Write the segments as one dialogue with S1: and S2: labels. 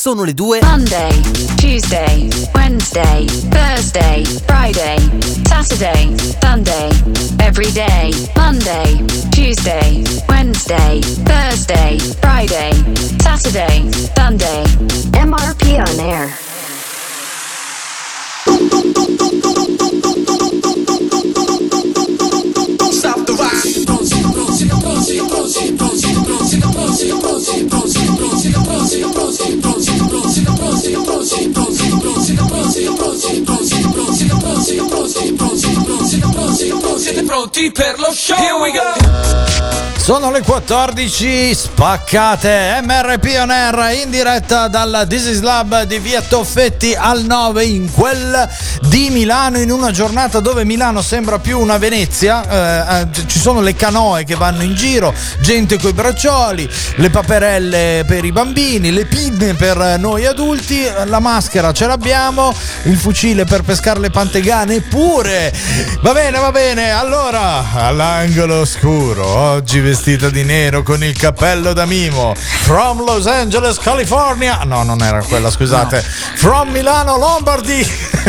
S1: sono le 2.
S2: Monday, Tuesday, Wednesday, Thursday, Friday, Saturday, Sunday, every day. Monday, Tuesday, Wednesday, Thursday, Friday, Saturday, Sunday. MRP on air.
S3: Stop the rock. Siete pronti per lo show? Here we go.
S4: Sono le 14 spaccate. MRP On Air in diretta dalla This Is Lab di via Toffetti al 9 in quel di Milano, in una giornata dove Milano sembra più una Venezia. Ci sono le canoe che vanno in giro, gente coi braccioli, le paperelle per i bambini, le pinne per noi adulti, la maschera ce l'abbiamo, il fucile per pescare le pantegane pure. Va bene, allora all'angolo oscuro oggi vestita di nero con il cappello da mimo, from Los Angeles, California. No, non era quella, scusate. No. From Milano, Lombardy.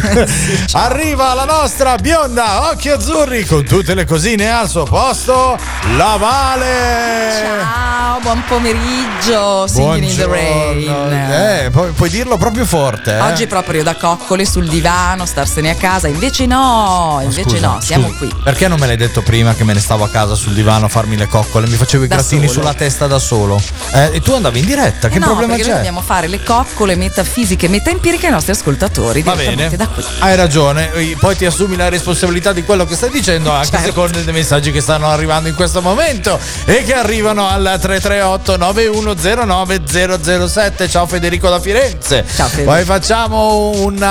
S4: Arriva la nostra bionda, occhi azzurri, con tutte le cosine al suo posto, la Vale.
S5: Ciao, buon pomeriggio. Singing in the rain.
S4: Puoi dirlo proprio forte.
S5: Oggi proprio da coccole sul divano, starsene a casa. Invece no, siamo qui.
S4: Perché non me l'hai detto prima che me ne stavo a casa sul divano a farmi le coccole? Mi facevo i grattini sulla testa da solo. E tu andavi in diretta, che problema c'è?
S5: Noi dobbiamo fare le coccole metafisiche, metaempiriche ai nostri ascoltatori.
S4: Va bene,
S5: da qui.
S4: Hai ragione. Poi ti assumi la responsabilità di quello che stai dicendo, anche secondo i messaggi che stanno arrivando in questo momento e che arrivano al 338 9109 007. Ciao Federico da Firenze.
S5: Ciao Federico.
S4: Poi facciamo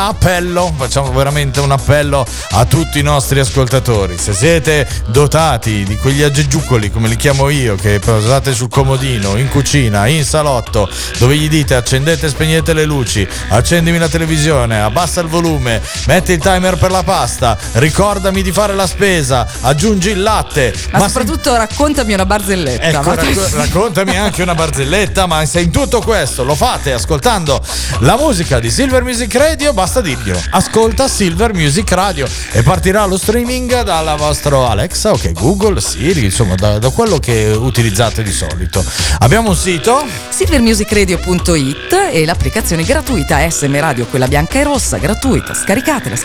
S4: veramente un appello a tutti i nostri ascoltatori. Se siete dotati di quegli aggeggiucoli, come li chiamo io, che posate sul comodino, in cucina, in salotto, dove gli dite accendete e spegnete le luci, accendimi la televisione, abbassa il volume, metti il timer per la pasta, ricordami di fare la spesa, aggiungi il latte,
S5: ma soprattutto raccontami una barzelletta.
S4: Ecco, raccontami anche una barzelletta. Ma se in tutto questo lo fate ascoltando la musica di Silver Music Radio, basta dirglielo: ascolta Silver Music Radio, e partirà lo streaming dalla vostro Alexa, ok, Google, Siri, insomma da quello che utilizzate di solito. Abbiamo un sito,
S5: silvermusicradio.it, e l'applicazione gratuita SM Radio, quella bianca e rossa, gratuita. Scaricatela.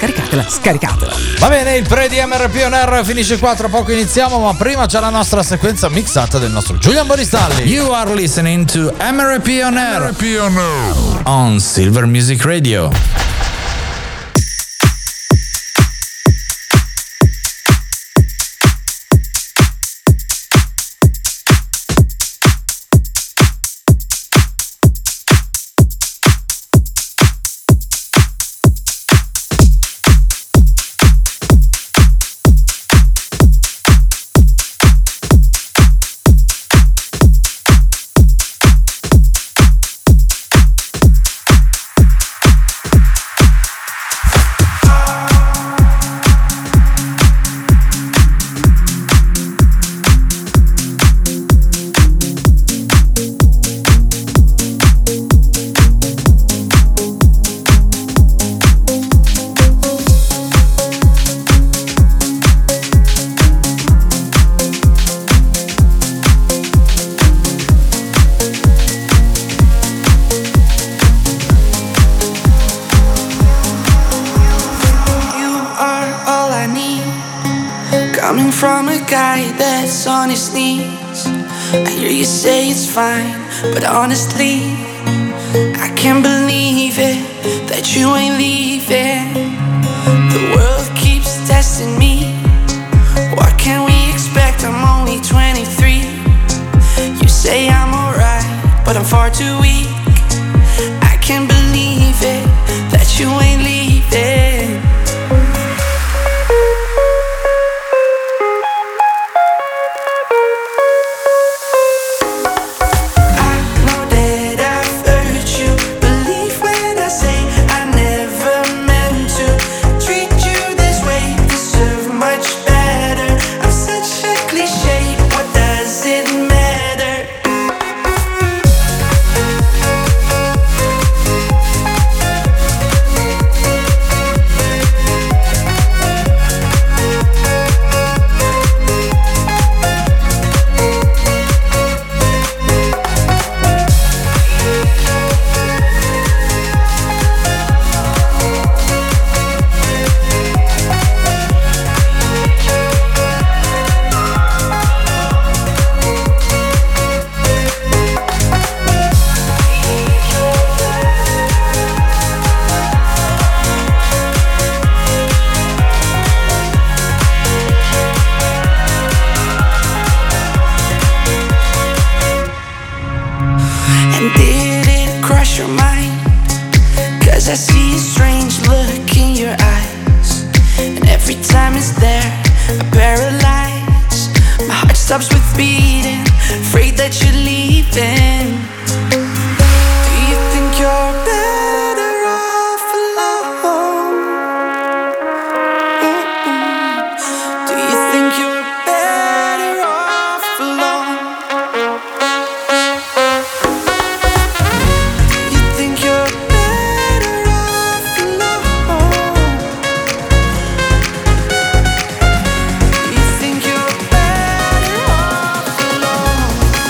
S4: Va bene, il pre di MRP On Air finisce qua, tra poco iniziamo, ma prima c'è la nostra sequenza mixata del nostro Giulian Boristalli. You are listening to MRP On Air on Silver Music Radio.
S6: From a guy that's on his knees, I hear you say it's fine, but honestly, I can't believe it, that you ain't leaving. The world keeps testing me. What can we expect? I'm only 23. You say I'm alright, but I'm far too weak. I can't believe it, that you ain't leaving.
S7: What does it matter?
S6: 'cause I see a strange look in your eyes, and every time it's there, I paralyze. My heart stops with beating, afraid that you're leaving. Do you think you're better off alone? Do you think you're better off alone? Do you think you're better off alone? Do you think you're better off alone?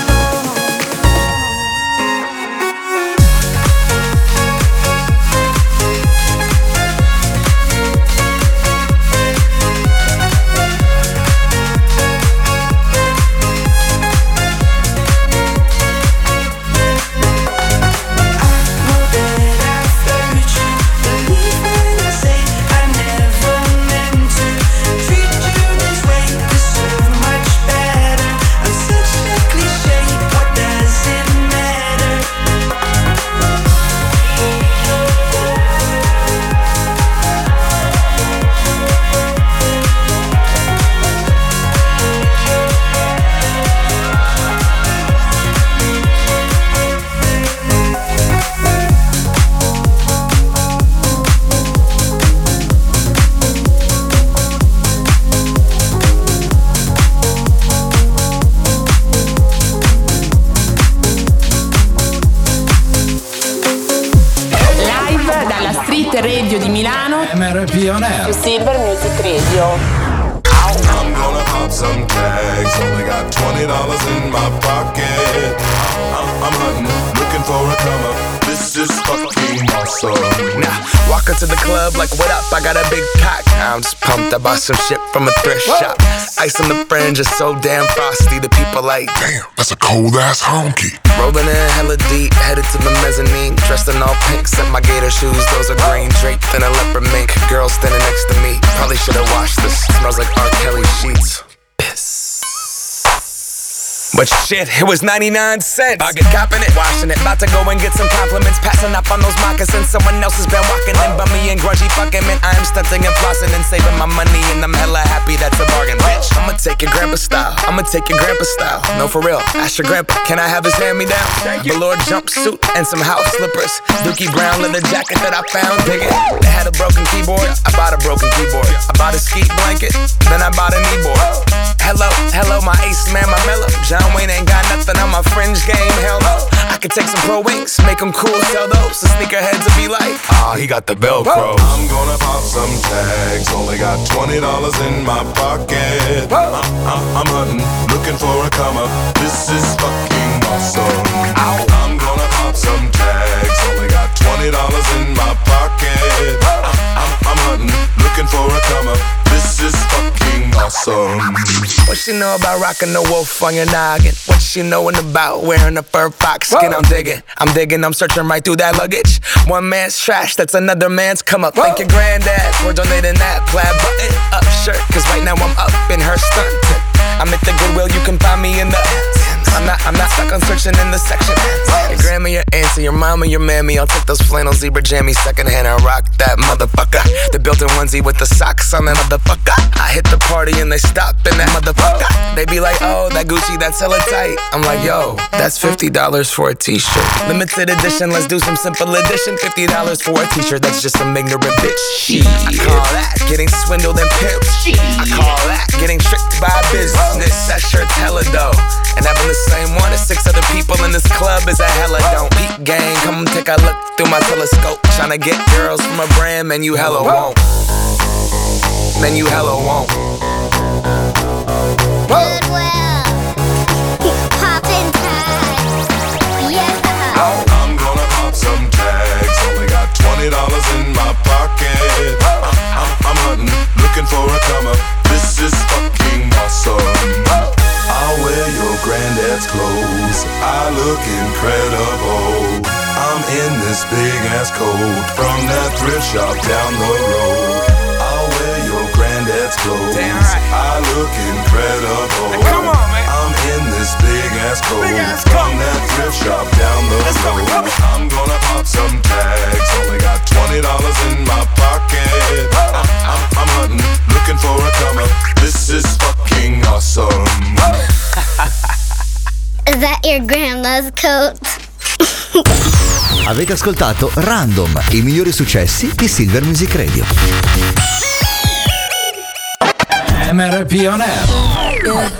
S1: Live dalla Street Radio di Milano,
S4: MRP On Air.
S1: Silver Music Radio.
S7: I'm gonna pop some tags. Only got $20 in my pocket. I'm hunting, looking for a come up. This is fucking awesome.
S8: Now, walk into the club like, what up? I got a big cock. I'm just pumped. I bought some shit from a thrift shop. Ice on the fringe is so damn frosty. The people like,
S7: Damn, that's a cold ass honky.
S8: rolling in hella deep, headed to the mezzanine. Dressed in all pink, set my gator shoes. Those are green, draped in a leopard mink. Girl standing next to me. Probably should've washed this. Smells like R. Kelly sheets. Piss. But shit, it was 99 cents. I get copping it, washing it. About to go and get some compliments. Passing up on those moccasins. Someone else has been walking in bummy and grungy fucking man. I am stunting and flossing and saving my money, and I'm hella happy that's a bargain, bitch. I'ma take your grandpa style. I'ma take your grandpa style. No, for real. Ask your grandpa, can I have his hand-me-down? Velour jumpsuit and some house slippers. Dookie brown leather jacket that I found. Dig it. They had a broken keyboard. I bought a broken keyboard. I bought a ski blanket. Then I bought a kneeboard. Hello, my ace man, my mellow. John Wayne ain't got nothing on my fringe game, hell no. I could take some pro wings, make them cool, sell those. The sneakerheads will be like, he got the Velcro.
S7: I'm gonna pop some tags. Only got $20 in my pocket. I'm hunting, looking for a come up. This is fucking awesome. I'm gonna pop some tags. Only got $20 in my pocket. I'm hunting, looking for a come up. This is fucking awesome.
S8: What she know about rocking the wolf on your noggin? What she knowin' about wearing a fur fox skin? I'm digging, I'm searching right through that luggage. One man's trash, that's another man's come up. Thank your granddad for donating that plaid button up shirt. Cause right now I'm up in her stunt. I'm at the Goodwill, you can find me in the I'm not stuck on searching in the section. Your grandma, your auntie, your mama, your mammy. I'll take those flannel zebra jammies secondhand and rock that motherfucker. The built-in onesie with the socks on that motherfucker. I hit the party and they stop in that motherfucker. They be like, oh, that Gucci, that's hella tight. I'm like, yo, that's $50 for a t-shirt. Limited edition, let's do some simple edition. $50 for a t-shirt, that's just some ignorant bitch. Shit. I call that getting swindled and pimped. I call that getting tricked by business. That shirt's hella dope. And having the same one as 6 other people in this club is a hella don't. Peep gang, come take a look through my telescope. Tryna get girls from a brand, man, you hella won't. Man, you hella won't.
S9: Goodwill, poppin' tags, yeah.
S7: I'm gonna pop some tags. Only got $20 in my pocket. I'm hunting, looking for a come up. This is fucking awesome. I'll wear your granddad's clothes. I look incredible. I'm in this big ass coat from that thrift shop down the road. I'll wear your granddad's clothes.
S8: Damn right.
S7: I look incredible.
S8: Hey, come on, man.
S7: I'm in this big ass coat from that thrift shop down the road. I'm gonna pop some tags. Only got $20
S9: your grandma's coat.
S10: Avete ascoltato Random, i migliori successi di Silver Music Radio.
S4: MRP On Air.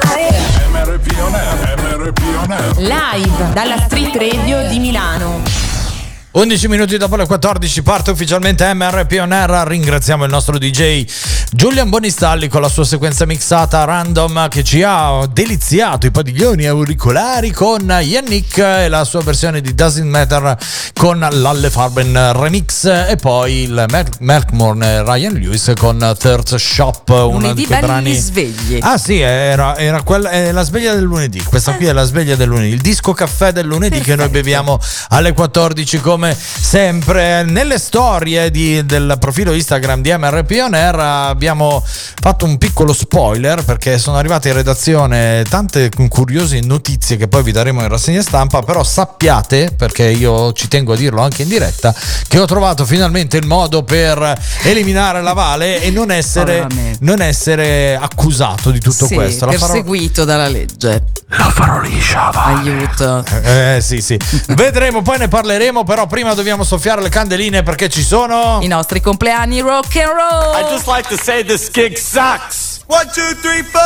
S1: Live dalla Street Radio di Milano.
S4: 11 minuti dopo le 14 parte ufficialmente MRP On Air. Ringraziamo il nostro DJ Giulian Bonistalli con la sua sequenza mixata Random, che ci ha deliziato i padiglioni auricolari con Yannick e la sua versione di Doesn't Matter con l'Alle Farben remix, e poi il Melkmore Ryan Lewis con Third Shop, uno di quei brani
S5: svegli.
S4: Ah sì, era quella, è la sveglia del lunedì. Questa qui è la sveglia del lunedì, il disco caffè del lunedì. Perfetto. Che noi beviamo alle 14 come sempre. Nelle storie del profilo Instagram di MRP On Air abbiamo fatto un piccolo spoiler, perché sono arrivate in redazione tante curiose notizie che poi vi daremo in rassegna stampa. Però sappiate, perché io ci tengo a dirlo anche in diretta, che ho trovato finalmente il modo per eliminare la Vale e non essere accusato di tutto questo.
S5: Perseguito dalla legge.
S4: La farò liscia, Vale.
S5: Aiuto.
S4: Sì. Vedremo, poi ne parleremo. Però prima dobbiamo soffiare le candeline, perché ci sono
S5: i nostri compleanni rock and roll.
S11: I just like to say this gig sucks. 1, 2, 3, 4.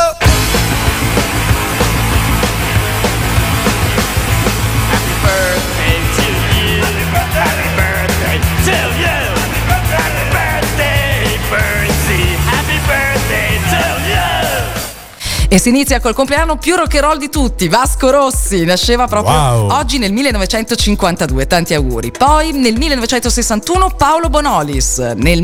S11: Happy birthday to you. Happy birthday to you. Happy birthday, Bernsey. Happy birthday to you.
S5: E si inizia col compleanno più rock and roll di tutti, Vasco Rossi. Nasceva proprio oggi nel 1952, tanti auguri. Poi nel 1961 Paolo Bonolis, nel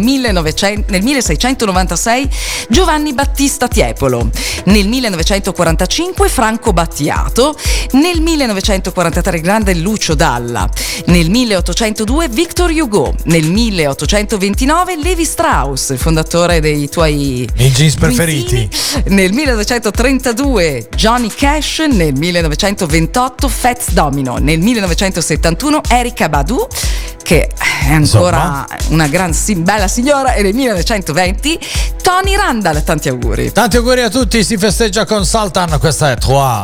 S5: 1696 Giovanni Battista Tiepolo, nel 1945 Franco Battiato, nel 1943 il grande Lucio Dalla, nel 1802 Victor Hugo, nel 1829 Levi Strauss, il fondatore dei tuoi
S4: jeans preferiti,
S5: nel 1932 Johnny Cash, nel 1928 Fats Domino, nel 1971 Erykah Badu, che è ancora una bella signora, e nel 1920 Tony Randall. Tanti auguri
S4: a tutti. Si festeggia con Sultan, questa è Trois.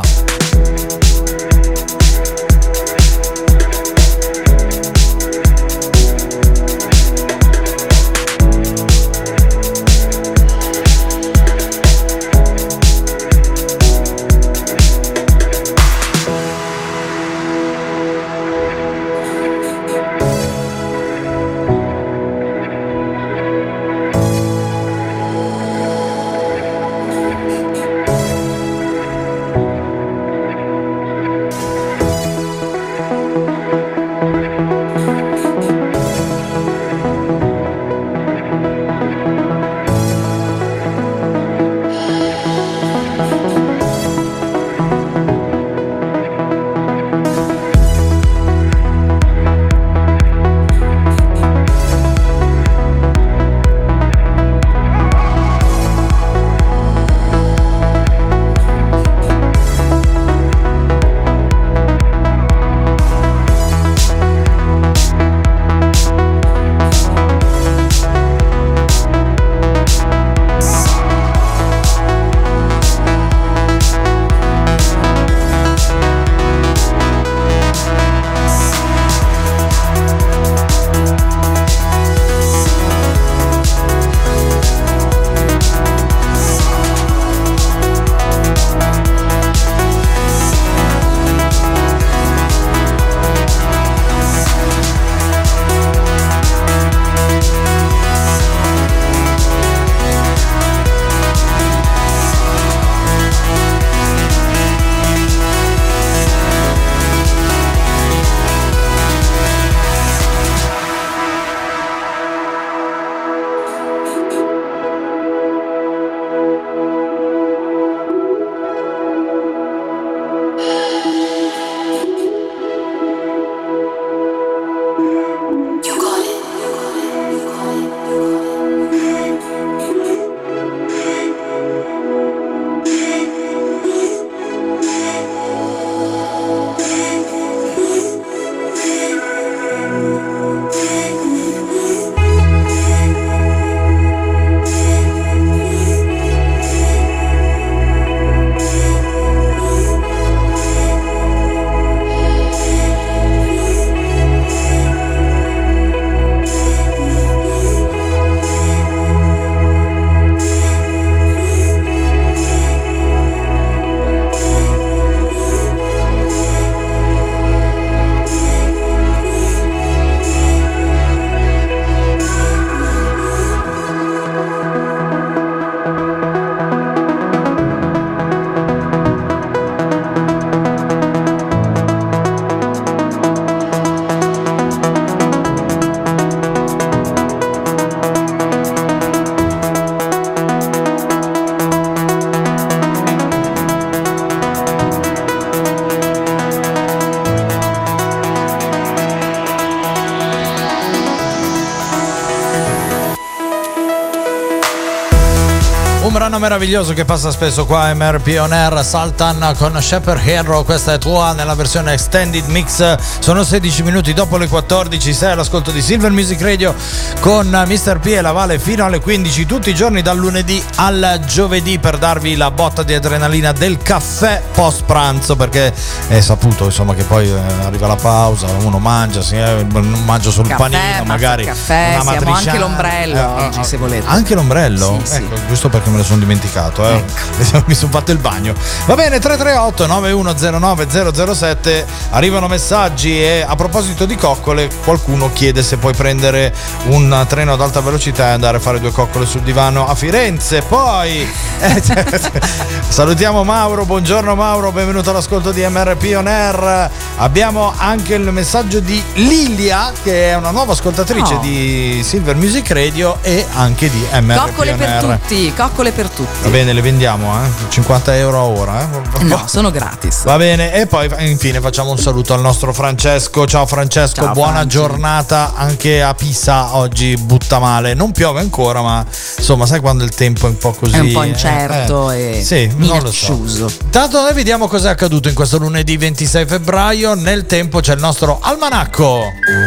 S4: brano meraviglioso che passa spesso qua a MRP On Air, Sultan con Shepherd Hero, questa è tua nella versione extended mix. Sono 16 minuti dopo le 14, sei all'ascolto di Silver Music Radio con Mr. P e la Vale fino alle 15 tutti i giorni dal lunedì al giovedì per darvi la botta di adrenalina del caffè post pranzo, perché è saputo insomma che poi arriva la pausa, uno mangia, mangia solo il panino, magari
S5: caffè,
S4: una
S5: siamo
S4: matriciana.
S5: anche l'ombrello oggi se volete.
S4: Anche l'ombrello?
S5: Sì,
S4: ecco, giusto perché me lo sono dimenticato, ecco. Mi sono fatto il bagno. Va bene, 338 9109 007, arrivano messaggi e a proposito di coccole qualcuno chiede se puoi prendere un treno ad alta velocità e andare a fare 2 coccole sul divano a Firenze. Poi salutiamo Mauro, buongiorno Mauro, benvenuto all'ascolto di MRP On Air. Abbiamo anche il messaggio di Lilia, che è una nuova ascoltatrice di Silver Music Radio e anche di MRP
S5: Coccole
S4: On
S5: per
S4: Air.
S5: tutti, coccole per tutti.
S4: Va bene, le vendiamo, 50 euro a ora.
S5: No, sono gratis.
S4: Va bene, e poi infine facciamo un saluto al nostro Francesco. Ciao Francesco,
S5: ciao,
S4: buona
S5: Franci.
S4: Giornata anche a Pisa. Oggi butta male, non piove ancora, ma insomma, sai quando il tempo è un po' così,
S5: è un po' incerto e
S4: sì, non lo so. Intanto noi vediamo cosa è accaduto in questo lunedì 26 febbraio. Nel tempo c'è il nostro almanacco.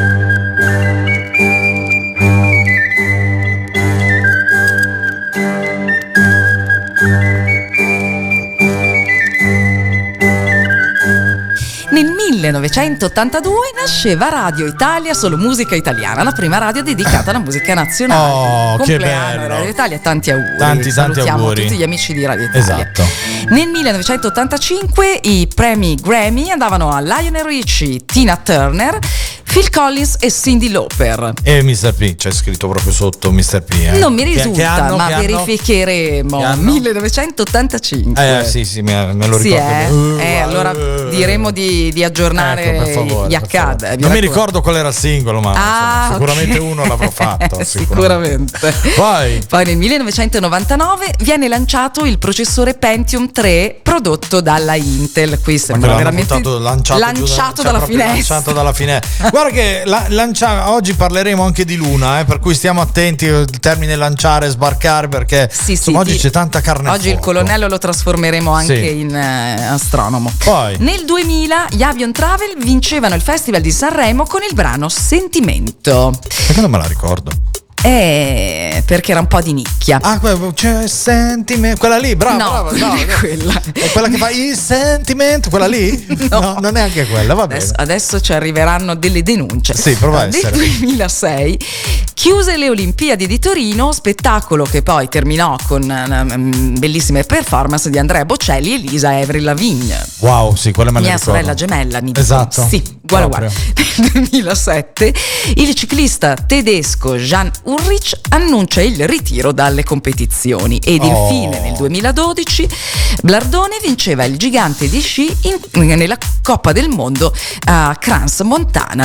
S5: Nel 1982 nasceva Radio Italia, solo musica italiana, la prima radio dedicata alla musica nazionale.
S4: Oh, che
S5: compleanno
S4: bello.
S5: Radio Italia, tanti auguri.
S4: Tanti
S5: Salutiamo
S4: auguri.
S5: tutti gli amici di Radio Italia.
S4: Esatto.
S5: Nel 1985 i premi Grammy andavano a Lionel Richie, Tina Turner, Phil Collins e Cyndi Lauper.
S4: E Mr. P, c'è scritto proprio sotto Mr. P.
S5: Non mi risulta,
S4: che anno,
S5: ma
S4: che anno?
S5: verificheremo.
S4: Che anno?
S5: 1985.
S4: Sì, me lo
S5: Sì,
S4: ricordo.
S5: allora diremo di aggiornare
S4: Ecco, per favore,
S5: gli accade.
S4: non mi ricordo qual era il singolo, ma insomma, sicuramente
S5: ok.
S4: uno l'avrò fatto.
S5: Sicuramente.
S4: Poi
S5: nel 1999 viene lanciato il processore Pentium 3 prodotto dalla Intel. Qui sembra veramente lanciato dalla finestra.
S4: Lanciato dalla finestra. Guarda che oggi parleremo anche di Luna, per cui stiamo attenti al termine lanciare, sbarcare, perché insomma, oggi c'è tanta carne
S5: Oggi
S4: al
S5: il
S4: fuoco.
S5: colonnello lo trasformeremo anche
S4: Sì.
S5: in astronomo.
S4: Poi
S5: Nel 2000 gli Avion Travel vincevano il Festival di Sanremo con il brano Sentimento.
S4: Perché non me la ricordo?
S5: Perché era un po' di nicchia.
S4: C'è sentimento. Quella lì, brava.
S5: Non è quella.
S4: È quella che fa il sentimento, quella lì? No, non è anche quella, va bene.
S5: Adesso ci arriveranno delle denunce.
S4: Sì, prova a
S5: Nel
S4: essere.
S5: 2006 chiuse le Olimpiadi di Torino, spettacolo che poi terminò con bellissime performance di Andrea Bocelli e Lisa Avril Lavigne.
S4: Wow, sì, quella me la
S5: Mia
S4: ricordo.
S5: sorella gemella, mi dicono.
S4: Esatto.
S5: Sì, uguale. Nel 2007 il ciclista tedesco Jan Ulrich annuncia il ritiro dalle competizioni ed infine nel 2012 Blardone vinceva il gigante di sci nella Coppa del Mondo a Crans Montana.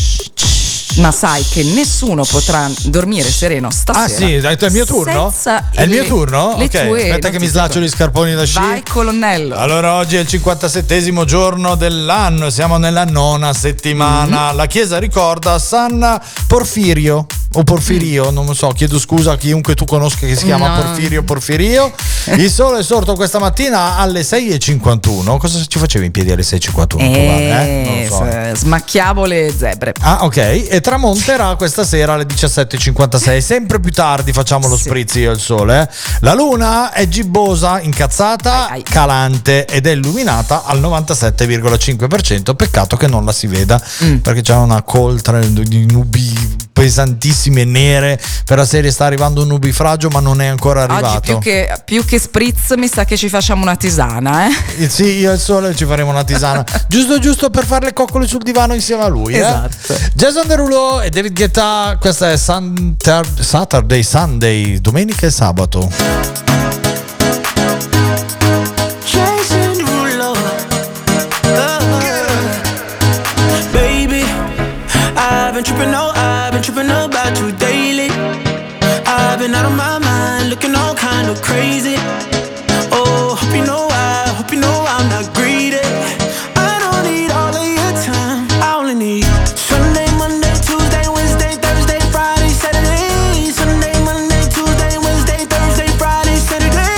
S5: Ma sai che nessuno potrà dormire sereno stasera.
S4: Ah sì, è il mio turno? È il mio turno?
S5: Le
S4: Ok,
S5: tue
S4: aspetta che mi slaccio gli scarponi da sci.
S5: Vai colonnello.
S4: Allora oggi è il 57esimo giorno dell'anno, siamo nella 9ª settimana. La chiesa ricorda San Porfirio o Porfirio, non lo so, chiedo scusa a chiunque tu conosca che si chiama Porfirio. Il sole è sorto questa mattina alle 6:51. Cosa ci facevi in piedi alle 6:51? Non lo so.
S5: Smacchiavo le zebre.
S4: Ah, ok, e tramonterà questa sera alle 17:56. Sempre più tardi facciamo lo spritz io e il sole. La luna è gibbosa, incazzata, calante ed è illuminata al 97,5%. Peccato che non la si veda perché c'è una coltre di nubi pesantissime nere. Per la serie sta arrivando un nubifragio, ma non è ancora arrivato.
S5: Oggi più che spritz mi sa che ci facciamo una tisana,
S4: Sì, io e il sole ci faremo una tisana giusto per fare le coccole sul divano insieme a lui.
S5: Esatto.
S4: Jason Derulo e David Guetta, questa è Saturday, Sunday, domenica e sabato.
S12: Jason Derulo, baby, I've been tripping about you daily. I've been out of my mind, looking all kind of crazy. Oh, hope you know I'm not greedy. I don't need all of your time, I only need Sunday, Monday, Tuesday, Wednesday, Thursday, Friday, Saturday. Sunday, Monday, Tuesday, Wednesday, Thursday, Friday, Saturday.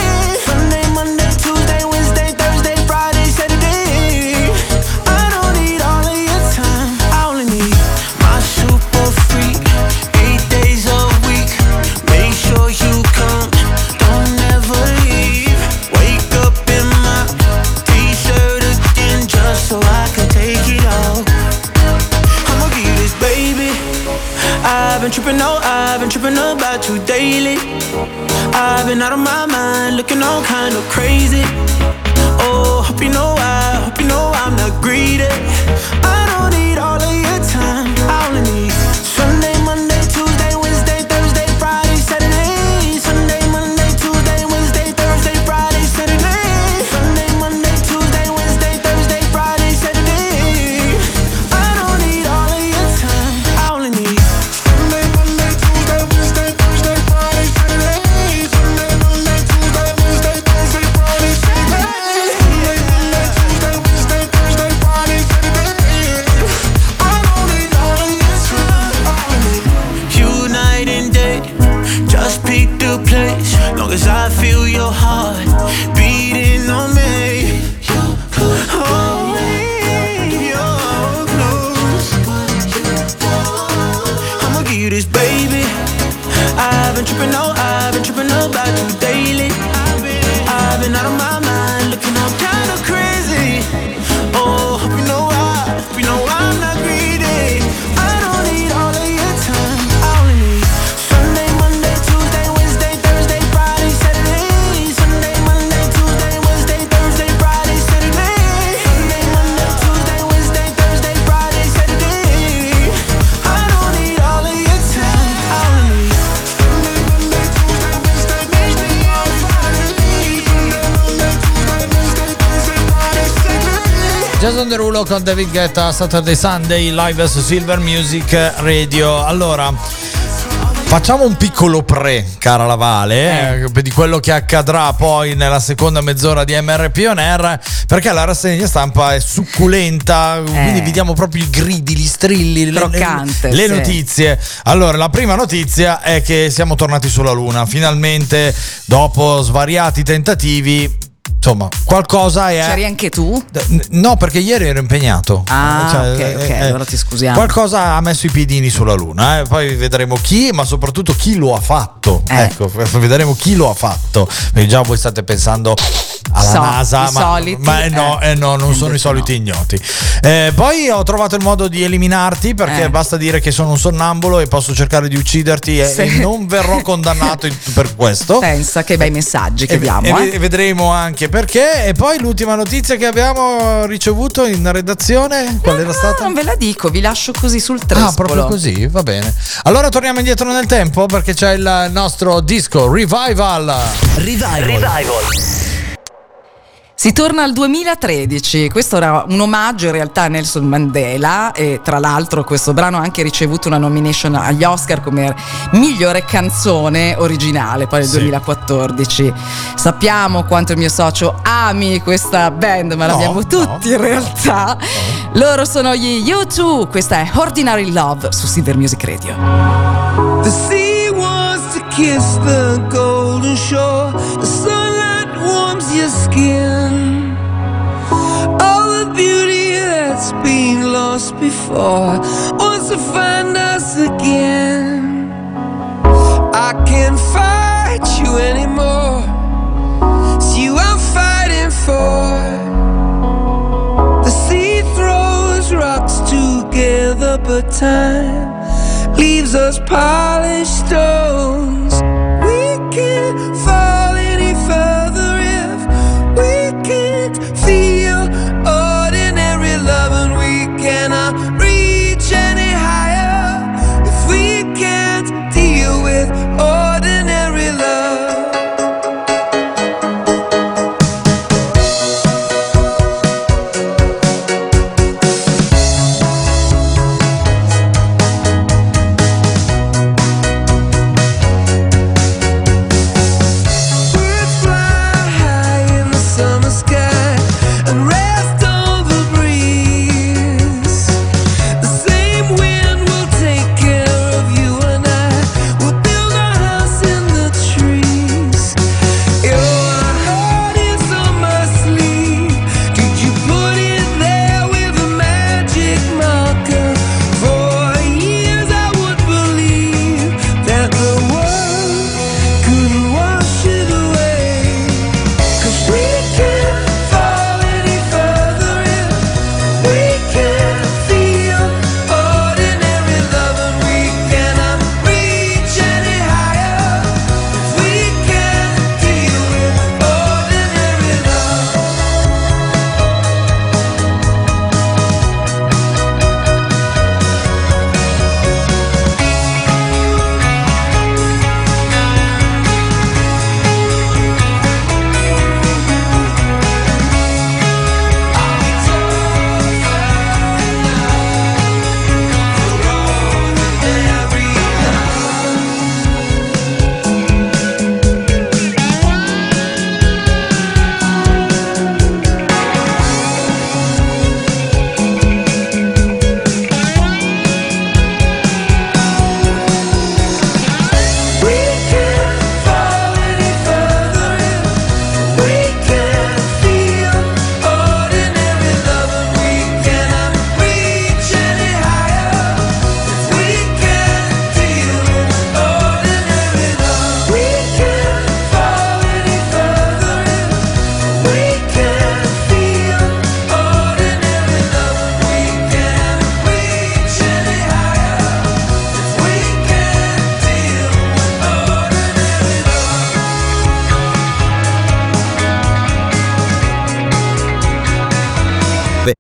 S12: I've been tripping about you daily. I've been out of my mind, looking all kind of crazy. Oh, hope you know I'm not greedy. I don't need all of your time, I only need Sunday, Monday, Tuesday, Wednesday, Thursday, Friday, Saturday. Sunday, Monday, Tuesday, Wednesday, Thursday, Friday, Saturday. Sunday, Monday, Tuesday, Wednesday, Thursday, Friday, Saturday. I don't need all of your time, I only need Sunday, Monday, Tuesday, Wednesday, Thursday, Friday, Saturday. Sunday, Monday, Tuesday, Wednesday, Thursday, Friday, Saturday. Sunday, Monday, Tuesday, Wednesday, Thursday, Friday, Saturday. I don't need all of your time, I only need you night and day. Just pick the place, long as I feel your heart beating on me. Hold me close. I'ma give you this, baby. I've been tripping about you daily. I've been out of my mind, looking all kind of crazy. Oh, hope you know I'm not greedy. I don't need all of your time, I only need Sunday, Monday, Tuesday, Wednesday, Thursday, Friday, Saturday. Sunday, Monday, Tuesday, Wednesday, Thursday, Friday, Saturday. Sunday, Monday, Tuesday, Wednesday, Thursday, Friday, Saturday. I don't need all of your time, I only need Sunday, Monday, Tuesday, Wednesday, Thursday, Friday, Saturday. Sunday, Monday, Tuesday, Wednesday, Thursday, Friday, Saturday.
S4: Jason Derulo con David Guetta, Saturday Sunday live su Silver Music Radio. Allora, facciamo un piccolo cara Lavale, di quello che accadrà poi nella seconda mezz'ora di MRP On Air, perché la rassegna stampa è succulenta, quindi vi diamo proprio i gridi, gli strilli,
S5: Croccante,
S4: le
S5: sì.
S4: notizie. Allora, la prima notizia è che siamo tornati sulla Luna, finalmente, dopo svariati tentativi. Insomma, qualcosa è.
S5: C'eri anche tu?
S4: No, perché ieri ero impegnato.
S5: Ok, allora ti scusiamo.
S4: Qualcosa ha messo i piedini sulla Luna, poi vedremo chi, ma soprattutto chi lo ha fatto. Ecco, vedremo chi lo ha fatto. Perché già voi state pensando alla NASA, no, non sono i soliti ignoti. Poi ho trovato il modo di eliminarti, perché basta dire che sono un sonnambulo e posso cercare di ucciderti e non verrò condannato per questo.
S5: Pensa che bei messaggi che diamo.
S4: E vedremo anche perché. E poi l'ultima notizia che abbiamo ricevuto in redazione, qual era stata?
S5: Non ve la dico, vi lascio così sul trespolo.
S4: Ah, proprio così, va bene. Allora torniamo indietro nel tempo, perché c'è il nostro disco Revival.
S5: Si torna al 2013, questo era un omaggio in realtà a Nelson Mandela, e tra l'altro questo brano ha anche ricevuto una nomination agli Oscar come migliore canzone originale, poi nel 2014. Sappiamo quanto il mio socio ami questa band, ma l'abbiamo tutti in realtà. Loro sono gli U2, questa è Ordinary Love su Silver Music Radio.
S13: The sea wants to kiss the golden shore, the sunlight warms your skin. All the beauty that's been lost before wants to find us again. I can't fight you anymore, it's you I'm fighting for. The sea throws rocks together, but time leaves us polished stones. We can't fall any further if we can't feel ordinary love, and we cannot reach any higher if we can't deal with ordinary love.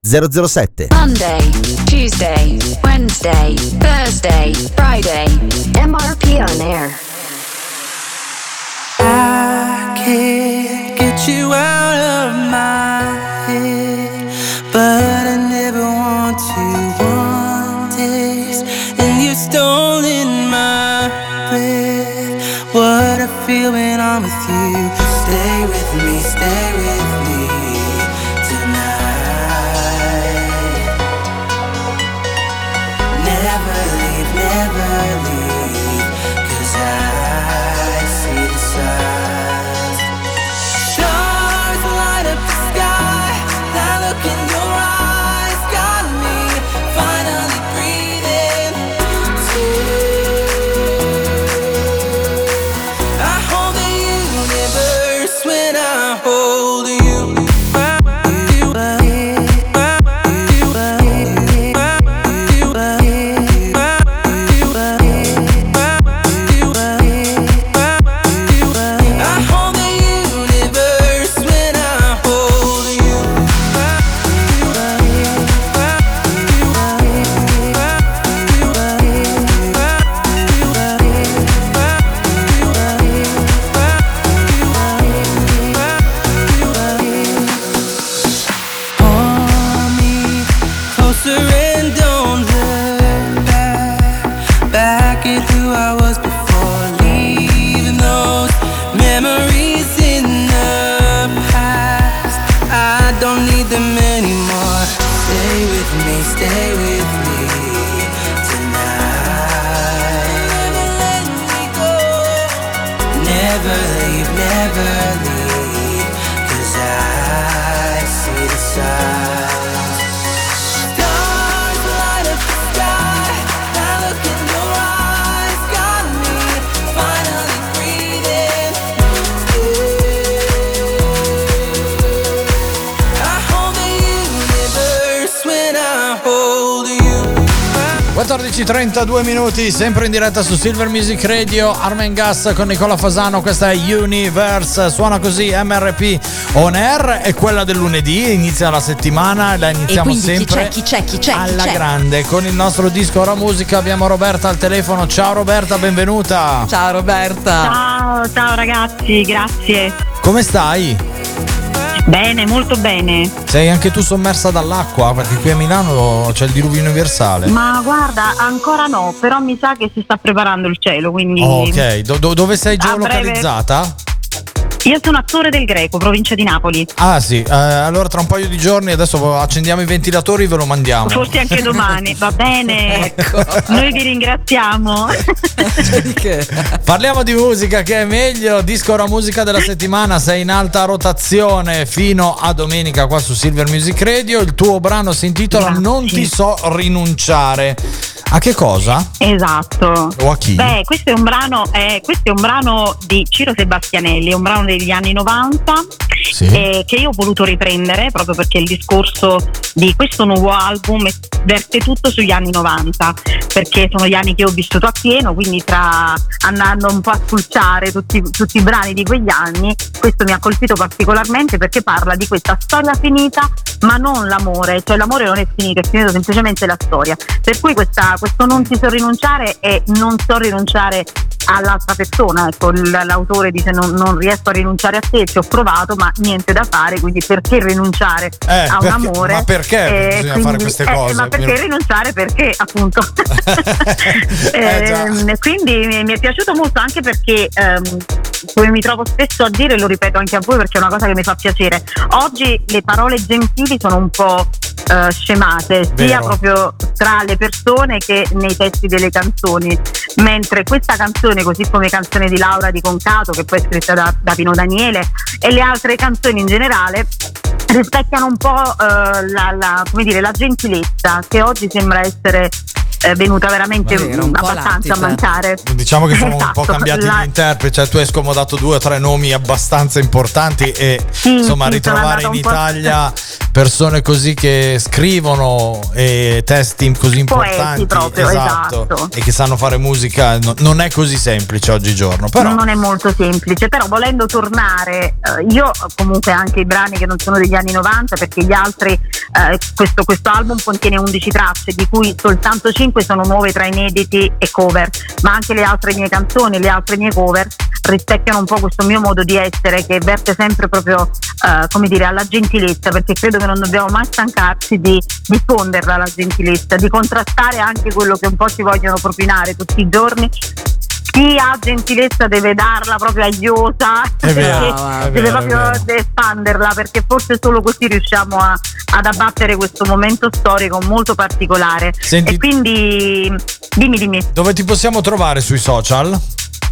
S10: 007.
S2: Monday, Tuesday, Wednesday, Thursday, Friday. MRP on air.
S12: I can't get you out of my head, but I never want this, and you're stolen my breath. What I feel when I'm with you. Stay with me tonight. Never leave, 'cause I see the signs. Stars light up the sky, that look in your eyes got me finally breathing too. I hold the universe when I hold you.
S4: Amici, 32 minuti, sempre in diretta su Silver Music Radio, Armen Gas con Nicola Fasano, questa è Universe, suona così MRP On Air, è quella del lunedì, inizia la settimana, la iniziamo sempre
S5: chi c'è
S4: alla grande con il nostro disco Ora Musica. Abbiamo Roberta al telefono. Ciao Roberta, benvenuta.
S5: Ciao Roberta.
S14: Ciao ragazzi, grazie.
S4: Come stai?
S14: Bene, molto bene.
S4: Sei anche tu sommersa dall'acqua? Perché qui a Milano c'è il diluvio universale.
S14: Ma guarda, ancora no, però mi sa che si sta preparando il cielo, quindi...
S4: Ok, dove sei geolocalizzata?
S14: Io sono a Torre del Greco, provincia di Napoli.
S4: Ah sì, allora tra un paio di giorni adesso accendiamo i ventilatori e ve lo mandiamo.
S14: Forse anche domani, va bene.
S5: Ecco.
S14: Noi vi ringraziamo.
S4: Parliamo di musica, che è meglio. Disco Ora Musica della settimana, sei in alta rotazione fino a domenica qua su Silver Music Radio. Il tuo brano si intitola Non ti so rinunciare. A che cosa?
S14: Esatto.
S4: O a chi?
S14: Beh, questo è un brano di Ciro Sebastianelli, è un brano degli anni 90, sì. Che io ho voluto riprendere proprio perché il discorso di questo nuovo album verte tutto sugli anni 90, perché sono gli anni che ho vissuto a pieno, quindi andando un po' a spulciare tutti i brani di quegli anni, questo mi ha colpito particolarmente perché parla di questa storia finita, ma non l'amore, cioè l'amore non è finito, è finito semplicemente la storia, per cui questo non ti so rinunciare e non so rinunciare all'altra persona, ecco, l'autore dice non riesco a rinunciare a te, ci ho provato ma niente da fare, quindi perché rinunciare a un amore?
S4: Ma perché bisogna fare queste cose?
S14: Ma perché rinunciare? Perché appunto quindi mi è piaciuto molto, anche perché come mi trovo spesso a dire, lo ripeto anche a voi perché è una cosa che mi fa piacere, oggi le parole gentili sono un po' scemate, sia proprio tra le persone che nei testi delle canzoni, mentre questa canzone, così come canzone di Laura Di Concato, che poi è scritta da Pino Daniele, e le altre canzoni in generale rispecchiano un po' la gentilezza che oggi sembra essere venuta veramente abbastanza a mancare.
S4: Diciamo che sono un po'
S14: Esatto.
S4: cambiati gli interpreti, cioè tu hai scomodato 2 o 3 nomi abbastanza importanti e insomma ritrovare in Italia persone così che scrivono testi così importanti,
S14: proprio, esatto.
S4: e che sanno fare musica, non è così semplice oggigiorno, però
S14: non è molto semplice, però volendo tornare, io comunque anche i brani che non sono degli anni 90, perché gli altri questo album contiene 11 tracce, di cui soltanto 5 sono nuove tra inediti e cover, ma anche le altre mie canzoni, le altre mie cover rispecchiano un po' questo mio modo di essere, che verte sempre proprio come dire, alla gentilezza, perché credo che non dobbiamo mai stancarci di diffonderla la gentilezza, di contrastare anche quello che un po' ci vogliono propinare tutti i giorni. Chi ha gentilezza deve darla proprio agliosa, deve proprio espanderla, perché forse solo così riusciamo ad abbattere questo momento storico molto particolare.
S4: Senti,
S14: e quindi dimmi.
S4: Dove ti possiamo trovare sui social?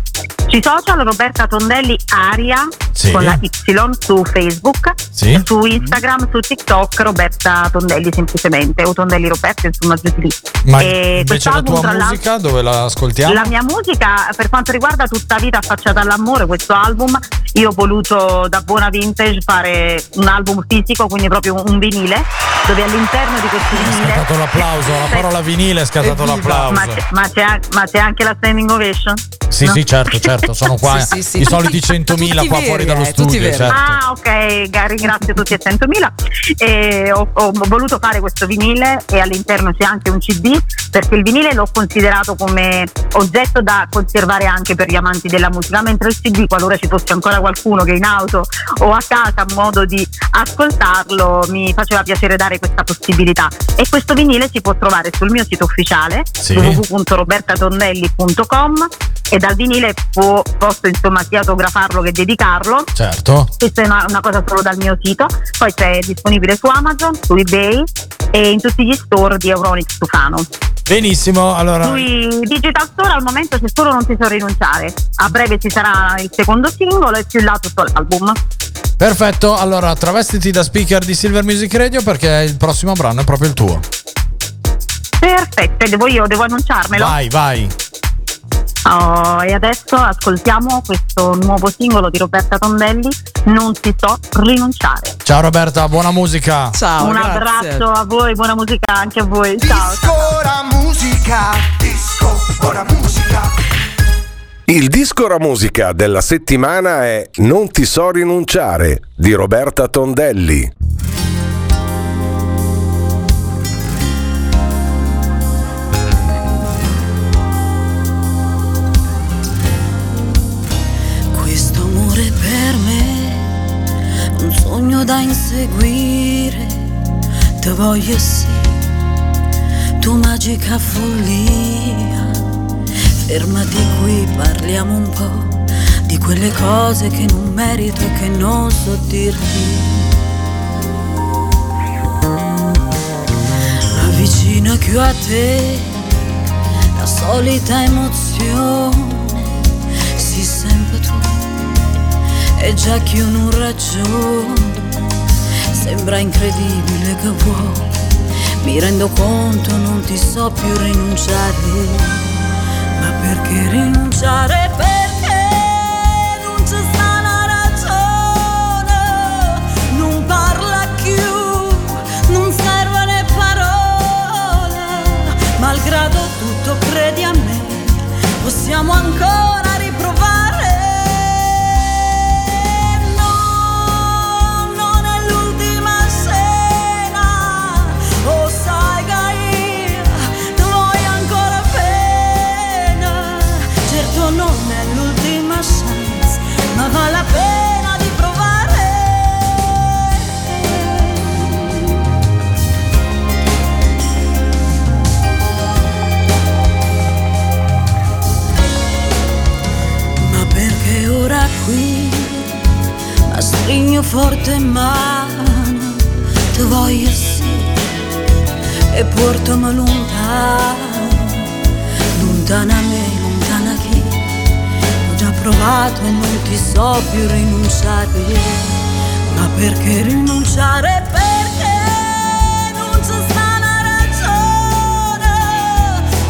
S14: Sui social Roberta Tondelli Aria,
S4: sì,
S14: con la Y, su Facebook,
S4: sì,
S14: su Instagram, su TikTok Roberta Tondelli semplicemente, o Tondelli Roberta, insomma giù di lì.
S4: Ma invece la tua musica dove la ascoltiamo?
S14: La mia musica, per quanto riguarda Tutta vita affacciata all'amore, questo album, io ho voluto da buona vintage fare un album fisico, quindi proprio un vinile, dove all'interno di questo vinile
S4: è scattato l'applauso, la parola vinile è scattato l'applauso.
S14: Ma c'è anche la standing ovation?
S4: Sì,
S14: no?
S4: sì, certo, sono qua
S5: sì.
S4: i soliti 100.000 qua fuori dallo studio, certo.
S14: Ah, ok, ringrazio tutti e 100.000. E ho voluto fare questo vinile e all'interno c'è anche un CD, perché il vinile l'ho considerato come oggetto da conservare anche per gli amanti della musica, mentre il CD, qualora ci fosse ancora qualcuno che in auto o a casa ha modo di ascoltarlo, mi faceva piacere dare questa possibilità. E questo vinile si può trovare sul mio sito ufficiale,
S4: sì,
S14: www.robertatondelli.com, e dal vinile posso insomma sia autografarlo che dedicarlo.
S4: Certo.
S14: Questa è una cosa solo dal mio sito. Poi c'è disponibile su Amazon, su eBay e in tutti gli store di Euronics Tufano.
S4: Benissimo, allora
S14: Sui Digital Store al momento c'è solo Non ti so rinunciare. A breve ci sarà il secondo singolo e più in là tutto l'album.
S4: perfetto, allora travestiti da speaker di Silver Music Radio, perché il prossimo brano è proprio il tuo.
S14: Perfetto, e devo annunciarmelo?
S4: Vai.
S14: E adesso ascoltiamo questo nuovo singolo di Roberta Tondelli, Non ti so rinunciare.
S4: Ciao Roberta, buona musica.
S5: Ciao,
S14: un
S5: grazie.
S14: abbraccio a voi, buona musica anche a voi. Ciao.
S15: Disco ora musica. Il disco ora musica della settimana è Non ti so rinunciare di Roberta Tondelli.
S16: Sogno da inseguire, te voglio sì, tu magica follia. Fermati qui, parliamo un po' di quelle cose che non merito e che non so dirti. Avvicina più a te, la solita emozione, si sempre tu. E già che io non ragiono, sembra incredibile che vuoi. Mi rendo conto, non ti so più rinunciare. Ma perché rinunciare? Perché non c'è sta una ragione. Non parla più, non servono parole. Malgrado tutto, credi a me, possiamo ancora riprovare. Ma vale la pena di provare. Ma perché ora qui la stringo forte in mano, te voglio sì e portami lontano, lontana a me, lontana a chi. Già provato e non ti so più rinunciare. Ma perché rinunciare? Perché non c'è sta una ragione.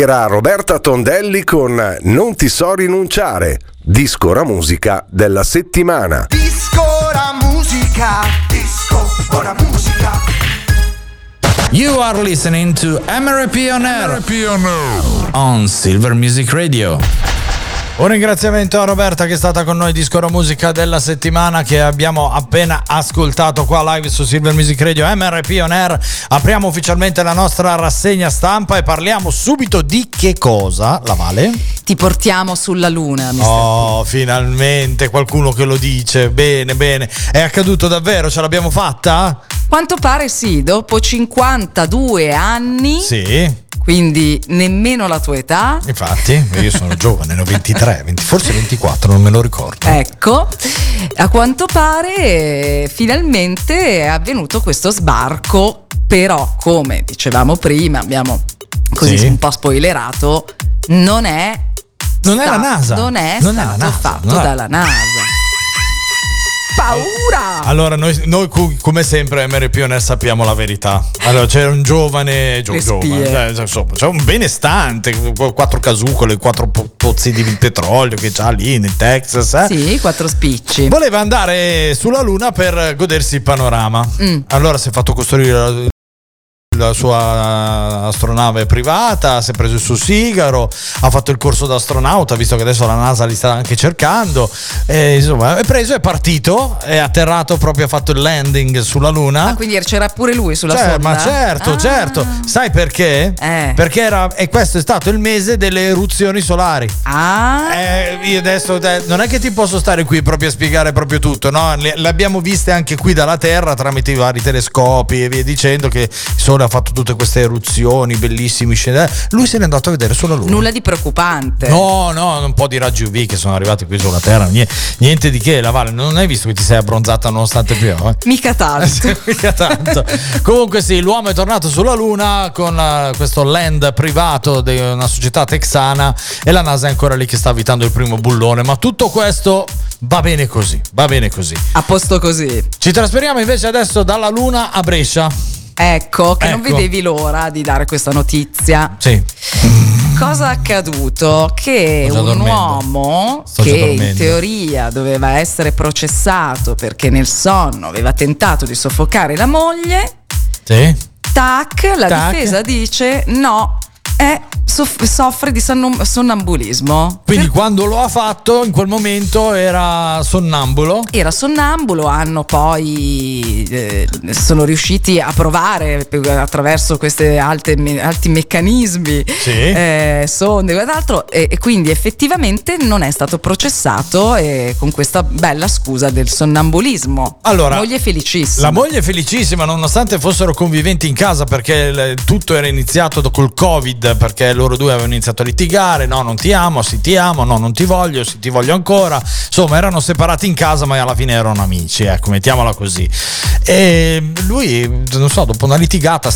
S15: Era Roberta Tondelli con Non ti so rinunciare, disco ora musica della settimana.
S17: Disco ora musica, disco ora musica.
S4: You are listening to MRP On Air on Silver Music Radio. Un ringraziamento a Roberta che è stata con noi, disco ora musica della settimana che abbiamo appena ascoltato qua live su Silver Music Radio MRP On Air. Apriamo ufficialmente la nostra rassegna stampa e parliamo subito di che cosa, la Vale?
S5: Ti portiamo sulla luna, Mr.
S4: Oh, finalmente qualcuno che lo dice. Bene, bene. È accaduto davvero? Ce l'abbiamo fatta?
S5: Quanto pare sì, dopo 52 anni.
S4: Sì.
S5: Quindi nemmeno la tua età.
S4: Infatti, io sono giovane, ne ho 23, forse 24, non me lo ricordo.
S5: Ecco, a quanto pare finalmente è avvenuto questo sbarco, però come dicevamo prima, abbiamo così un po' spoilerato, non è
S4: la NASA.
S5: Non è stato fatto dalla NASA. Paura!
S4: Allora, noi come sempre MRP On Air sappiamo la verità. Allora, c'è un giovane, insomma, c'è un benestante, 4 casucole, 4 pozzi di petrolio che c'ha lì nel Texas.
S5: Sì, 4 spicci.
S4: Voleva andare sulla Luna per godersi il panorama. Allora si è fatto costruire la sua astronave privata, si è preso il suo sigaro, ha fatto il corso da astronauta, visto che adesso la NASA li sta anche cercando, insomma è preso, è partito, è atterrato, proprio ha fatto il landing sulla Luna.
S5: Quindi c'era pure lui sulla sonda?
S4: Ma certo, sai perché? Perché e questo è stato il mese delle eruzioni solari. Io adesso non è che ti posso stare qui proprio a spiegare proprio tutto, no? Le abbiamo viste anche qui dalla Terra tramite i vari telescopi e via dicendo, che il Sole ha fatto tutte queste eruzioni bellissimi, lui se n'è andato a vedere sulla Luna.
S5: Nulla di preoccupante.
S4: No, un po' di raggi UV che sono arrivati qui sulla Terra, niente di che. La Vale, non hai visto che ti sei abbronzata nonostante più?
S5: Mica tanto.
S4: Mica tanto. Comunque sì, l'uomo è tornato sulla Luna con questo land privato di una società texana e la NASA è ancora lì che sta avvitando il primo bullone, ma tutto questo va bene così.
S5: A posto così.
S4: Ci trasferiamo invece adesso dalla Luna a Brescia.
S5: Ecco, non vedevi l'ora di dare questa notizia.
S4: Sì.
S5: Cosa è accaduto? Che un uomo che in teoria doveva essere processato perché nel sonno aveva tentato di soffocare la moglie.
S4: Sì.
S5: La difesa dice no, soffre di sonnambulismo.
S4: Quindi quando lo ha fatto in quel momento era sonnambulo,
S5: hanno poi sono riusciti a provare attraverso questi alti meccanismi, sonde e quant'altro, e quindi effettivamente non è stato processato con questa bella scusa del sonnambulismo.
S4: Allora,
S5: moglie felicissima.
S4: La moglie felicissima, nonostante fossero conviventi in casa, perché tutto era iniziato col Covid, perché loro due avevano iniziato a litigare. No, non ti amo, sì ti amo, no, non ti voglio, sì ti voglio ancora. Insomma, erano separati in casa, ma alla fine erano amici, ecco, mettiamola così. E lui, non so, dopo una litigata,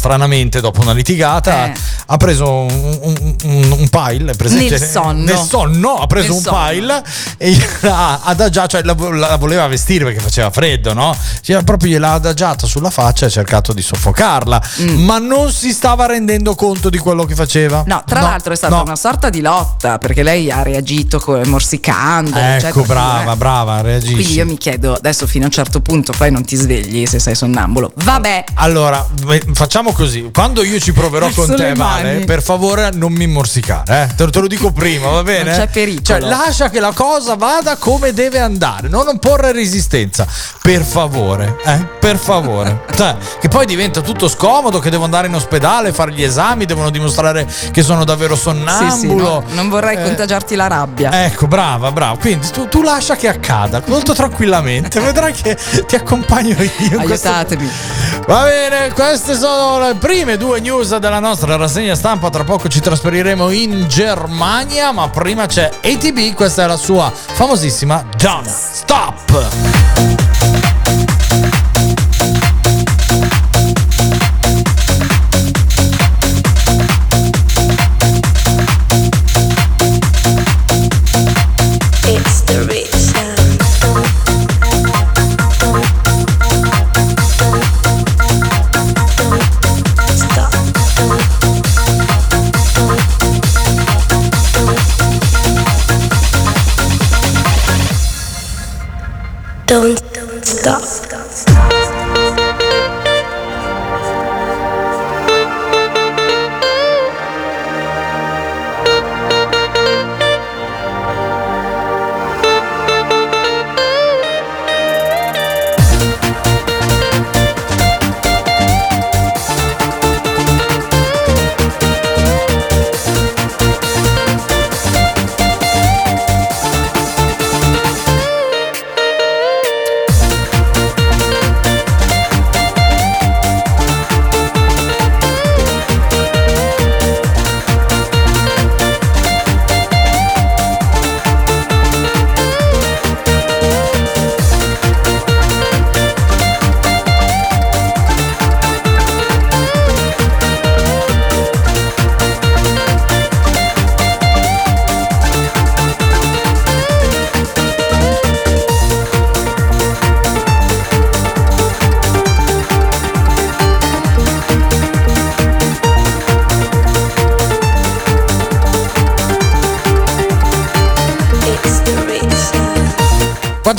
S4: ha preso un pile, presente?
S5: Nel sonno
S4: ha preso un pile e gliel'ha adagiato, cioè la voleva vestire perché faceva freddo, no? Proprio gliel'ha adagiata sulla faccia e ha cercato di soffocarla, ma non si stava rendendo conto di quello che faceva.
S5: No, tra l'altro è stata una sorta di lotta, perché lei ha reagito morsicando.
S4: Ecco, brava, reagisci.
S5: Quindi io mi chiedo, adesso fino a un certo punto poi non ti svegli se sei sonnambulo. Vabbè.
S4: Allora, facciamo così. Quando io ci proverò con te, Vale, per favore non mi morsicare, te lo dico prima, va bene?
S5: Non c'è pericolo.
S4: Cioè, lascia che la cosa vada come deve andare, non porre resistenza, per favore, per favore. Cioè, che poi diventa tutto scomodo, che devo andare in ospedale, fare gli esami, devono dimostrare che sono davvero sonnambulo.
S5: Sì, non vorrei contagiarti la rabbia.
S4: Ecco, brava. Quindi tu lascia che accada molto tranquillamente, vedrai che ti accompagno io.
S5: Aiutatemi.
S4: Va bene, queste sono le prime 2 news della nostra rassegna stampa. Tra poco ci trasferiremo in Germania, ma prima c'è ATB, questa è la sua famosissima Don't Stop.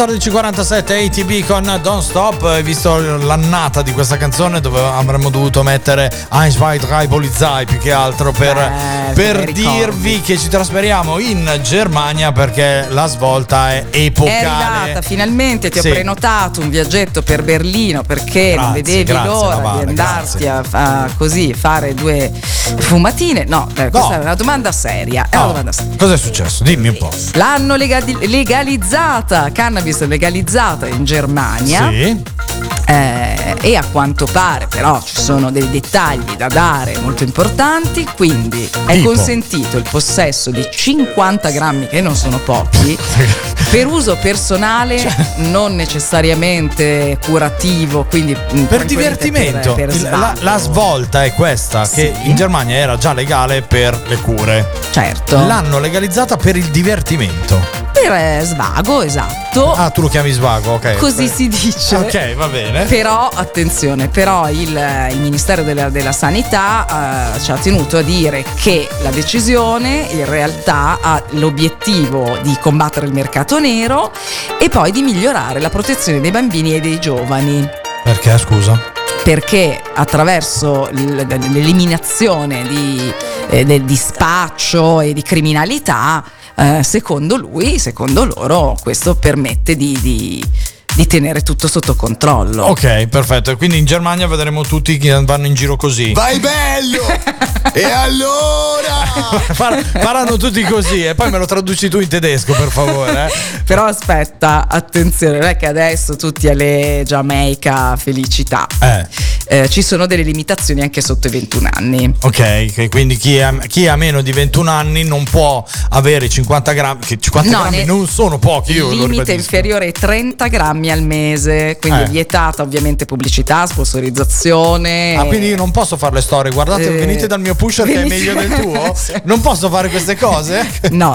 S4: 14:47 ATB con Don't Stop. Visto l'annata di questa canzone, dove avremmo dovuto mettere Ein, zwei, drei Polizei più che altro per dirvi che ci trasferiamo in Germania, perché la svolta è epocale.
S5: È arrivata finalmente, ti ho prenotato un viaggetto per Berlino, perché non vedevi l'ora di andarti a così fare 2 fumatine. No, questa è una domanda seria.
S4: Cosa è successo? Dimmi un po'.
S5: L'hanno legalizzata, cannabis legalizzata in Germania.
S4: Sì.
S5: E a quanto pare però ci sono dei dettagli da dare molto importanti, quindi è consentito il possesso di 50 grammi, che non sono pochi, per uso personale, non necessariamente curativo, quindi
S4: per divertimento. La svolta è questa, che in Germania era già legale per le cure.
S5: Certo.
S4: L'hanno legalizzata per il divertimento.
S5: Per svago, esatto.
S4: Ah, tu lo chiami svago, ok.
S5: Così si dice.
S4: Ok, va bene.
S5: Però, attenzione, il Ministero della Sanità ci ha tenuto a dire che la decisione in realtà ha l'obiettivo di combattere il mercato nero e poi di migliorare la protezione dei bambini e dei giovani.
S4: Perché, scusa?
S5: Perché attraverso l'eliminazione di spaccio e di criminalità, secondo loro, questo permette di tenere tutto sotto controllo.
S4: Ok, perfetto. Quindi in Germania vedremo tutti che vanno in giro così.
S18: Vai bello! E allora?
S4: Faranno tutti così, e poi me lo traduci tu in tedesco, per favore.
S5: Però aspetta, attenzione, non è che adesso tutti alle Giamaica felicità. Ci sono delle limitazioni anche sotto i 21 anni.
S4: Ok, quindi chi ha meno di 21 anni non può avere 50 grammi, che 50 grammi non sono pochi.
S5: Il limite inferiore ai 30 grammi al mese, quindi vietata ovviamente pubblicità, sponsorizzazione.
S4: Quindi io non posso fare le storie, guardate, venite dal mio pusher che è meglio del tuo. Non posso fare queste cose?
S5: No.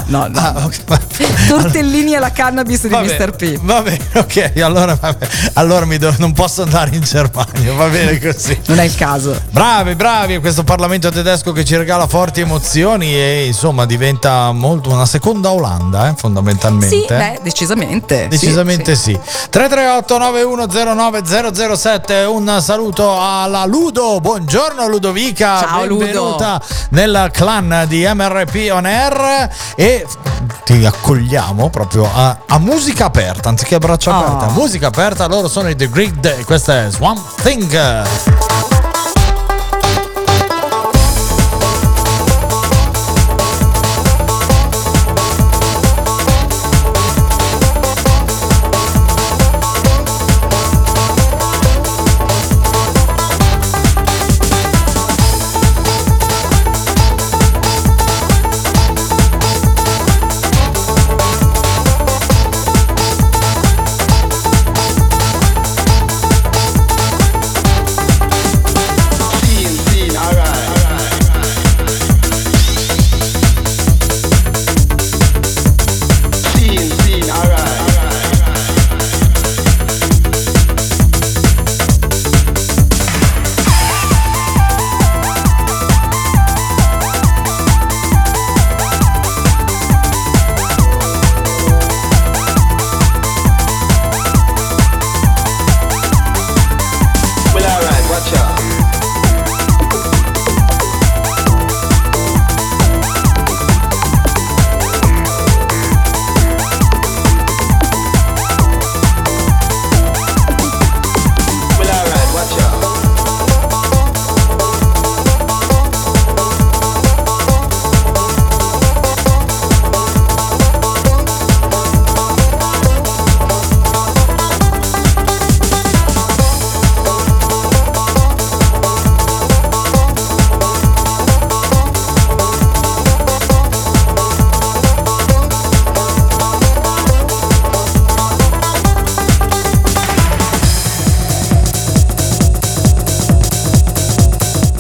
S5: Tortellini alla cannabis di Mr. P.
S4: Va bene, ok, allora non posso andare in Germania, va bene così.
S5: Non è il caso.
S4: Bravi, questo Parlamento tedesco che ci regala forti emozioni e insomma diventa molto una seconda Olanda, fondamentalmente.
S5: Sì, decisamente.
S4: Sì. 338 9109 007. Un saluto alla Ludo. Buongiorno Ludovica.
S5: Ciao,
S4: benvenuta nel clan di MRP On Air, e ti accogliamo proprio a musica aperta anziché a braccia aperte. Musica aperta, loro sono i The Grid e questa è Swamp Thing.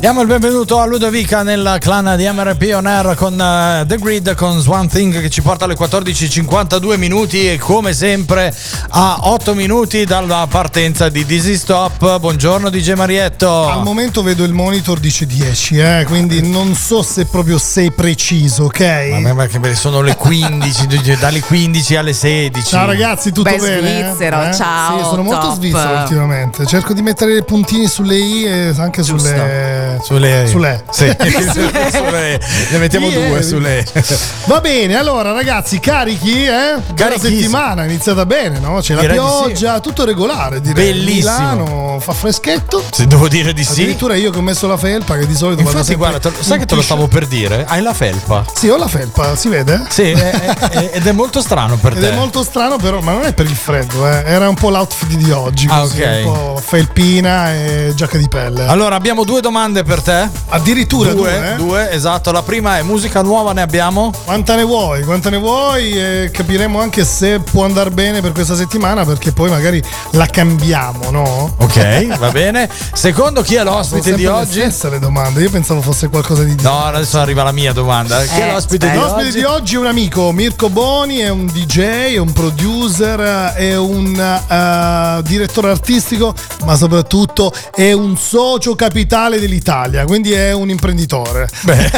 S4: Diamo il benvenuto a Ludovica nel clan di MRP On Air con The Grid, con Swan Thing, che ci porta alle 14:52 minuti e come sempre a 8 minuti dalla partenza di Dizzy Stop. Buongiorno DJ Marietto.
S19: Al momento vedo il monitor dice 10, quindi non so se proprio sei preciso, ok?
S4: Ma che sono le 15, dalle 15 alle 16.
S19: Ciao ragazzi, tutto bene?
S5: Svizzero, ciao.
S19: Sì, sono molto
S5: top.
S19: svizzero ultimamente. Cerco di mettere i puntini sulle i e anche sulle
S4: sì. Sulle ne mettiamo due sulle.
S19: Va bene, allora ragazzi, carichi, La settimana è iniziata bene, no? C'è la pioggia, tutto regolare, direi.
S4: Bellissimo.
S19: Milano fa freschetto.
S4: Se devo dire di sì.
S19: Addirittura io che ho messo la felpa, che di solito vado
S4: sempre. Guarda, sai che te lo stavo per dire? Hai la felpa?
S19: Sì, ho la felpa, si vede?
S4: Sì, ed è molto strano per te.
S19: Ed è molto strano, però, ma non è per il freddo, era un po' l'outfit di oggi, così,
S4: ok.
S19: Un po' felpina e giacca di pelle.
S4: Allora, abbiamo 2 domande per te.
S19: Addirittura due,
S4: esatto. La prima è: musica nuova ne abbiamo?
S19: Quanta ne vuoi? E capiremo anche se può andare bene per questa settimana, perché poi magari la cambiamo, no?
S4: Ok, va bene. Secondo, chi è l'ospite di oggi?
S19: Le domande, io pensavo fosse qualcosa di
S4: No, adesso arriva la mia domanda. Chi è l'ospite di oggi?
S19: L'ospite di oggi è un amico, Mirko Boni, è un DJ, è un producer, è un direttore artistico, ma soprattutto è un socio capitale dell'Italia, quindi è un imprenditore.
S4: Beh,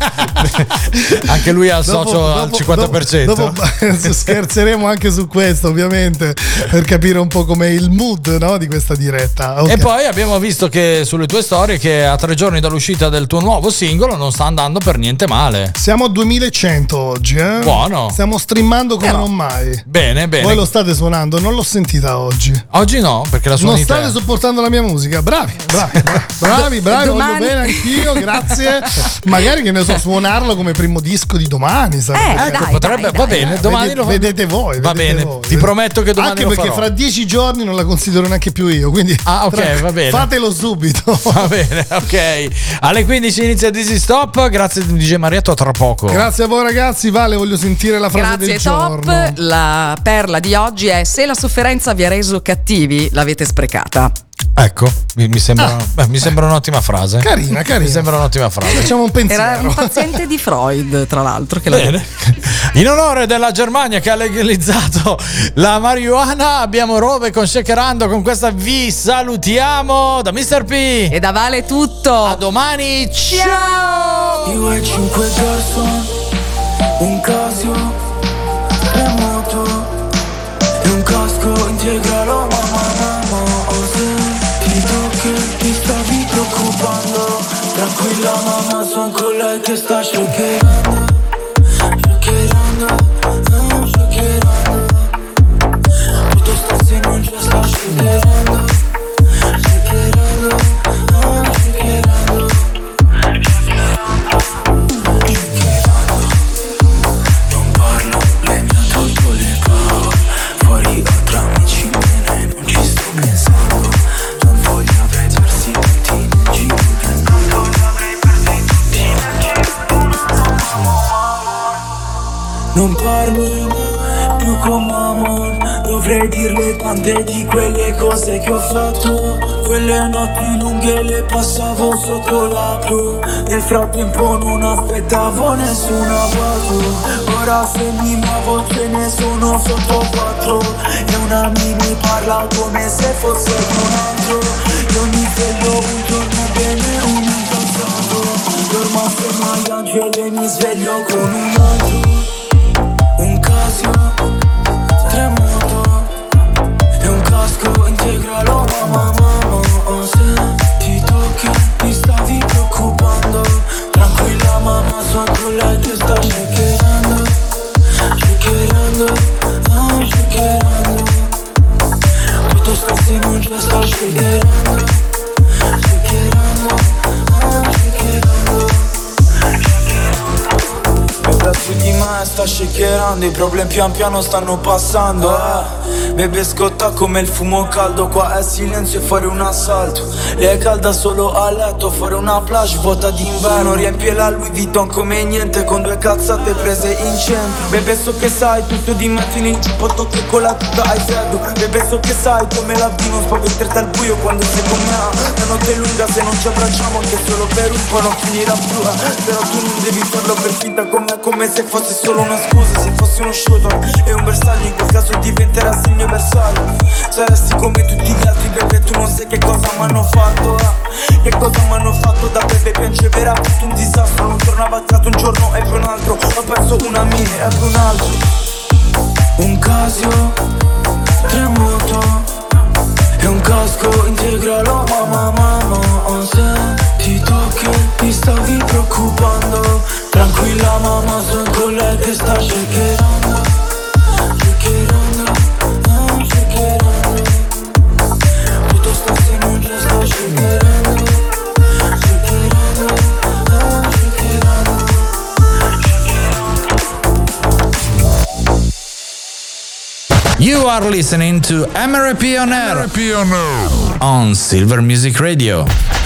S4: anche lui ha il socio al 50%.
S19: Dopo scherzeremo anche su questo, ovviamente, per capire un po' com'è il mood, no, di questa diretta. Okay.
S4: E poi abbiamo visto che sulle tue storie che a 3 giorni dall'uscita del tuo nuovo singolo non sta andando per niente male.
S19: Siamo a 2100 oggi,
S4: Buono.
S19: Stiamo streamando come non mai.
S4: Bene.
S19: Voi lo state suonando? Non l'ho sentita oggi.
S4: Oggi no, perché la suoni
S19: non state sopportando la mia musica. Bravi, voglio bene anch'io, grazie. Magari, che ne so, suonarlo come primo disco di domani.
S4: Potrebbe, va bene, domani lo
S19: vedete voi.
S4: Va bene, ti prometto che domani
S19: anche
S4: lo
S19: perché
S4: farò.
S19: fra 10 giorni non la considero neanche più io, quindi
S4: ok, va bene.
S19: Fatelo subito.
S4: Va bene, ok. Alle 15 inizia Dizzy Stop. Grazie DJ Marietto, a tra poco.
S19: Grazie a voi ragazzi. Vale, voglio sentire la frase del giorno.
S5: La perla di oggi è: se la sofferenza vi ha reso cattivi, l'avete sprecata.
S4: Ecco, mi sembra un'ottima frase.
S19: Carina.
S4: Mi sembra un'ottima frase.
S19: Facciamo un pensiero.
S5: Era un paziente di Freud, tra l'altro. Che
S4: bene. In onore della Germania che ha legalizzato la marijuana, abbiamo Rove con Shakerando. Con questa vi salutiamo da Mr. P
S5: e da Vale tutto.
S4: A domani, ciao.
S12: Io e 5 Garson, un Casio, remoto e un casco integralo, mamma. Ti stavi preoccupando, tranquilla mamma, son con lei che sta shakerando. Tutto sta se non ci sta shakerando. Non parlo, lei mi ha tolto le parole. Fuori ho tra amici bene, non ci sto pensando. Non voglio vedersi tutti nel giro. Non voglio avrei persi tutti nel giro. Non parlo più con mamma, dovrei dirle tante di quelle cose che ho fatto. Quelle notti lunghe le passavo sotto la blu. Nel frattempo non aspettavo nessuna foto. Ora se mi muovo ce ne sono sotto 4. E una mi parla come se fosse un altro. Io mi sveglio un giorno bene, un incazzato. Dormo assieme agli angeli e mi sveglio con un altro. Un Casio, tremoto e un casco integralo, mamma. Se ti tocchi ti stavi preoccupando, tranquilla mamma, sono con lei che sta shakerando. Tutto sta se non ci sta shakerando.
S20: sta shakerando, i problemi pian piano stanno passando. Bebe scotta come il fumo caldo, qua è silenzio e fuori un assalto. Lei è calda solo a letto, fuori una plage vuota d'inverno. Riempie la Louis Vuitton come niente, con 2 cazzate prese in centro. Bebe so che sai tutto di me, fini il giubbotto che con la tuta hai freddo. Bebe so che sai come la vino, spaventerti al buio quando sei con me. La notte è lunga, se non ci abbracciamo anche solo per un po' non finirà più. Però tu non devi farlo per finta con me, come se fosse solo una scusa. Se fossi uno shooter e un bersaglio, in quel caso diventerassi il mio bersaglio. Saresti come tutti gli altri, bebe, tu non sai che cosa m'hanno fatto. Che cosa m'hanno fatto da bebe, piangeva, era tutto un disastro. Non tornava a casa un giorno e poi un altro. Ho perso una mia e poi un altro. Un Casio, 3 moto e un casco integralo, mamma. Se ti tocchi ti stavi preoccupando. Tranquilla mamma, sono con lei che sta shakerando. Tutto sta se non ci sta shakerando.
S4: You are listening to MRP on Air on Silver Music Radio.